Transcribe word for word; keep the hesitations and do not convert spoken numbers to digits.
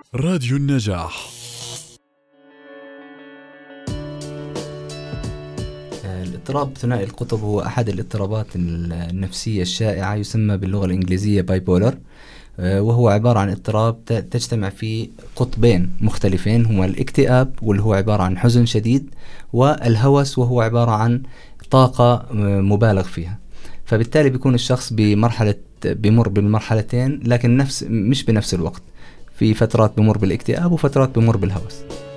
راديو النجاح. الاضطراب ثنائي القطب هو أحد الاضطرابات النفسية الشائعة، يسمى باللغة الإنجليزية بايبولر، وهو عبارة عن اضطراب تجتمع فيه قطبين مختلفين، هما الاكتئاب واللي هو عبارة عن حزن شديد، والهوس وهو عبارة عن طاقة مبالغ فيها. فبالتالي بيكون الشخص بمرحلة بمر بالمرحلتين، لكن نفس مش بنفس الوقت، في فترات بمر بالاكتئاب وفترات بمر بالهوس.